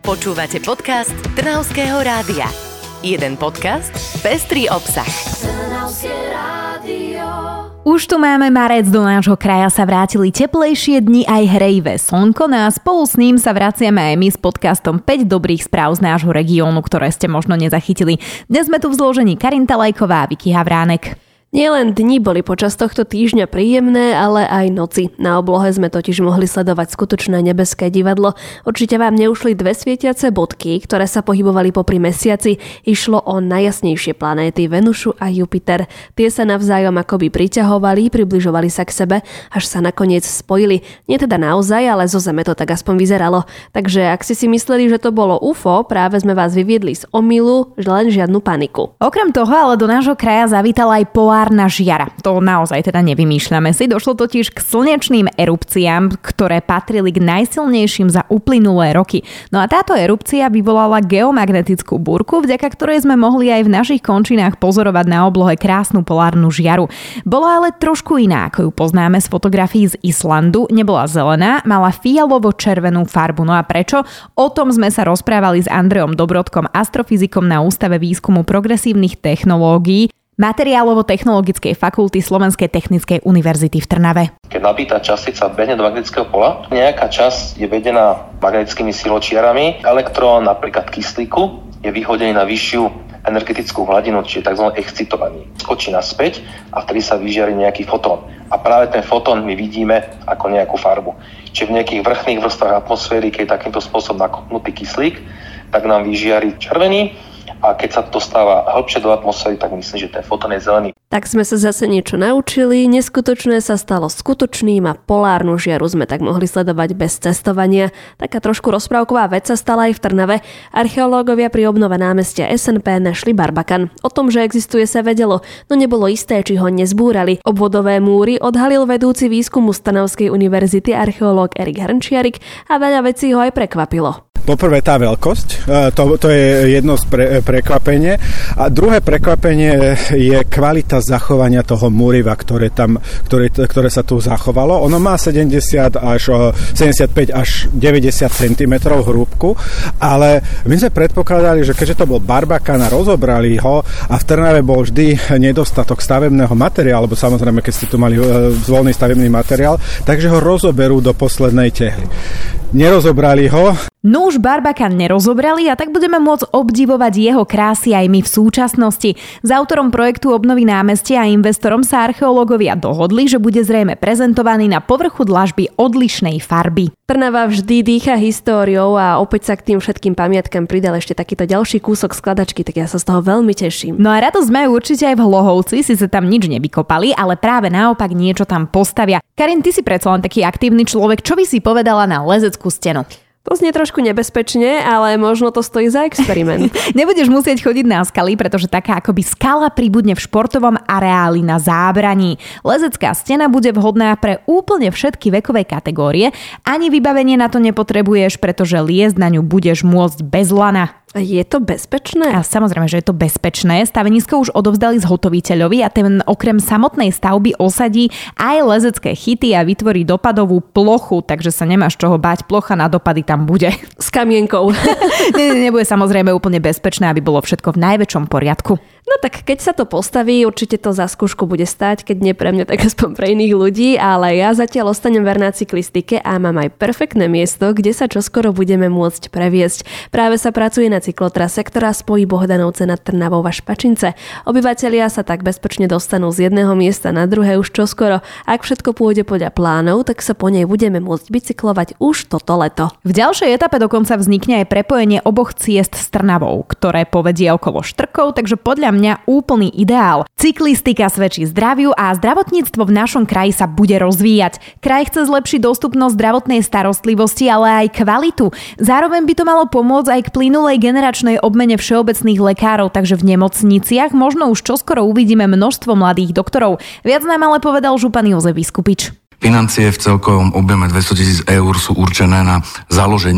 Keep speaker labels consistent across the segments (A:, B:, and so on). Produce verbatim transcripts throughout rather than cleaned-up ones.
A: Počúvate podcast Trnavského rádia. Jeden podcast, pestrý obsah. Trnavské rádio.
B: Už tu máme marec, do nášho kraja sa vrátili teplejšie dni aj hrejivé slnko, no a spolu s ním sa vraciame aj my s podcastom päť dobrých správ z nášho regiónu, ktoré ste možno nezachytili. Dnes sme tu v zložení Karinta Lajková a Vicky Havránek.
C: Nielen dni boli počas tohto týždňa príjemné, ale aj noci. Na oblohe sme totiž mohli sledovať skutočné nebeské divadlo. Určite vám neušli dve svietiace bodky, ktoré sa pohybovali popri mesiaci. Išlo o najjasnejšie planéty Venušu a Jupiter. Tie sa navzájom akoby priťahovali, približovali sa k sebe, až sa nakoniec spojili. Nie teda naozaj, ale zo Zeme to tak aspoň vyzeralo. Takže ak si si mysleli, že to bolo ú ef ó, práve sme vás vyviedli z omylu, len žiadnu paniku.
B: Okrem toho ale do nášho kraja zavítala aj polárna žiara. To naozaj teda nevymýšľame si. Došlo totiž k slnečným erupciám, ktoré patrili k najsilnejším za uplynulé roky. No a táto erupcia vyvolala geomagnetickú búrku, vďaka ktorej sme mohli aj v našich končinách pozorovať na oblohe krásnu polárnu žiaru. Bola ale trošku iná, ako ju poznáme z fotografií z Islandu. Nebola zelená, mala fialovo-červenú farbu. No a prečo? O tom sme sa rozprávali s Andreom Dobrodkom, astrofyzikom na Ústave výskumu progresívnych technológií Materiálovo-technologickej fakulty Slovenskej technickej univerzity v Trnave.
D: Keď nabitá častica behne do magnetického pola, nejaká časť je vedená magnetickými siločiarami, elektrón napríklad kyslíku je vyhodený na vyššiu energetickú hladinu, čiže tzv. Excitovaný. Skočí naspäť a vtedy sa vyžiari nejaký fotón. A práve ten fotón my vidíme ako nejakú farbu. Čiže v nejakých vrchných vrstvách atmosféry, keď je takýmto spôsobom nakopnutý kyslík, tak nám vyžiari červený. A keď sa to dostáva hĺbšie do atmosféry, tak myslím, že ten fotón je zelený.
C: Tak sme sa zase niečo naučili, neskutočné sa stalo skutočným a polárnu žiaru sme tak mohli sledovať bez cestovania. Taká trošku rozprávková vec sa stala aj v Trnave. Archeológovia pri obnove námestia es en pé našli barbakan. O tom, že existuje, sa vedelo, no nebolo isté, či ho nezbúrali. Obvodové múry odhalil vedúci výskumu z Trnavskej univerzity archeológ Erik Hrnčiarik a veľa vecí ho aj prekvapilo.
E: Poprvé tá veľkosť, to, to je jedno z pre, prekvapenie. A druhé prekvapenie je kvalita zachovania toho múriva, ktoré, tam, ktoré, ktoré sa tu zachovalo. Ono má sedemdesiat až, sedemdesiatpäť až deväťdesiat centimetrov hrúbku, ale my sme predpokladali, že keďže to bol barbakan a rozobrali ho a v Trnave bol vždy nedostatok stavebného materiálu, lebo samozrejme, keď ste tu mali voľný stavebný materiál, takže ho rozoberú do poslednej tehly. Nerozobrali ho.
B: No už barbakan nerozobrali a tak budeme môcť obdivovať jeho krásy aj my v súčasnosti. S autorom projektu obnovy námestia a investorom sa archeológovia dohodli, že bude zrejme prezentovaný na povrchu dlažby odlišnej farby.
C: Trnava vždy dýcha históriou a opäť sa k tým všetkým pamiatkam pridal ešte takýto ďalší kúsok skladačky, tak ja sa z toho veľmi teším.
B: No a radosť majú určite aj v Hlohovci, si sa tam nič nevykopali, ale práve naopak niečo tam postavia. Karin, ty si predsa len taký aktívny človek, čo by si povedala na lezeckú stenu?
C: To znie trošku nebezpečne, ale možno to stojí za experiment.
B: Nebudeš musieť chodiť na skaly, pretože taká akoby skala pribudne v športovom areáli na Zábraní. Lezecká stena bude vhodná pre úplne všetky vekové kategórie. Ani vybavenie na to nepotrebuješ, pretože liesť na ňu budeš môcť bez lana.
C: A je to bezpečné?
B: A samozrejme, že je to bezpečné. Stavenisko už odovzdali zhotoviteľovi a ten okrem samotnej stavby osadí aj lezecké chyty a vytvorí dopadovú plochu, takže sa nemáš čoho báť, plocha na dopady tam bude.
C: S kamienkou.
B: ne, ne, nebude samozrejme úplne bezpečné, aby bolo všetko v najväčšom poriadku.
C: No tak keď sa to postaví, určite to za skúšku bude stáť, keď nie pre mňa, tak aspoň pre iných ľudí, ale ja zatiaľ ostanem verná cyklistike a mám aj perfektné miesto, kde sa čoskoro budeme môcť previesť. Práve sa pracuje na cyklotrase, ktorá spojí Bohdanovce nad Trnavou a Špačince. Obyvatelia sa tak bezpečne dostanú z jedného miesta na druhé už čoskoro. Ak všetko pôjde podľa plánov, tak sa po nej budeme môcť bicyklovať už toto leto.
B: V ďalšej etape dokonca vznikne aj prepojenie oboch ciest s Trnavou, ktoré povedie okolo Štrkov, takže podľa mňa úplný ideál. Cyklistika svedčí zdraviu a zdravotníctvo v našom kraji sa bude rozvíjať. Kraj chce zlepšiť dostupnosť zdravotnej starostlivosti, ale aj kvalitu. Zároveň by to malo pomôcť aj k plynulej generačnej obmene všeobecných lekárov, takže v nemocniciach možno už čoskoro uvidíme množstvo mladých doktorov. Viac nám ale povedal župan Jozef Biskupič.
F: Financie v celkovom objeme dvesto tisíc eur sú určené na založenie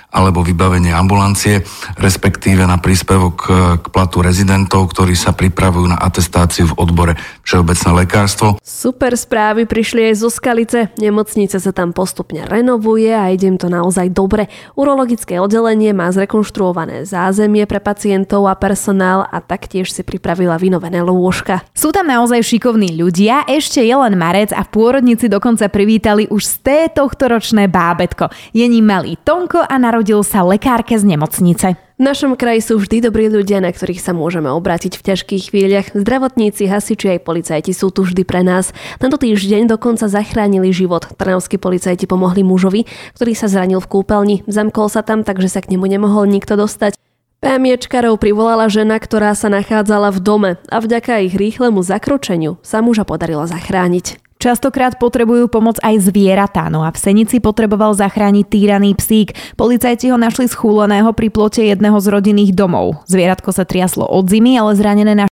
F: alebo vybavenie ambulancie, respektíve na príspevok k platu rezidentov, ktorí sa pripravujú na atestáciu v odbore všeobecné lekárstvo.
C: Super správy prišli aj zo Skalice. Nemocnica sa tam postupne renovuje a ide im to naozaj dobre. Urologické oddelenie má zrekonštruované zázemie pre pacientov a personál a taktiež si pripravila vynovené lôžka.
B: Sú tam naozaj šikovní ľudia, ešte je len marec a v pôrodnici dokonca privítali už z té tohtoročné bábätko. Je ním malý Tonko a narodil sa lekárke z nemocnice.
C: V našom kraji sú vždy dobrí ľudia, na ktorých sa môžeme obrátiť v ťažkých chvíľach. Zdravotníci, hasiči aj policajti sú tu vždy pre nás. Tento týždeň dokonca zachránili život. Trnavskí policajti pomohli mužovi, ktorý sa zranil v kúpeľni. Zamkol sa tam, takže sa k nemu nemohol nikto dostať. PMIčkarov privolala žena, ktorá sa nachádzala v dome a vďaka ich rýchlemu zakročeniu sa muža podarilo zachrániť.
B: Častokrát potrebujú pomoc aj zvieratá, no a v Senici potreboval zachrániť týraný psík. Policajti ho našli schúleného pri plote jedného z rodinných domov. Zvieratko sa triaslo od zimy, ale zranené na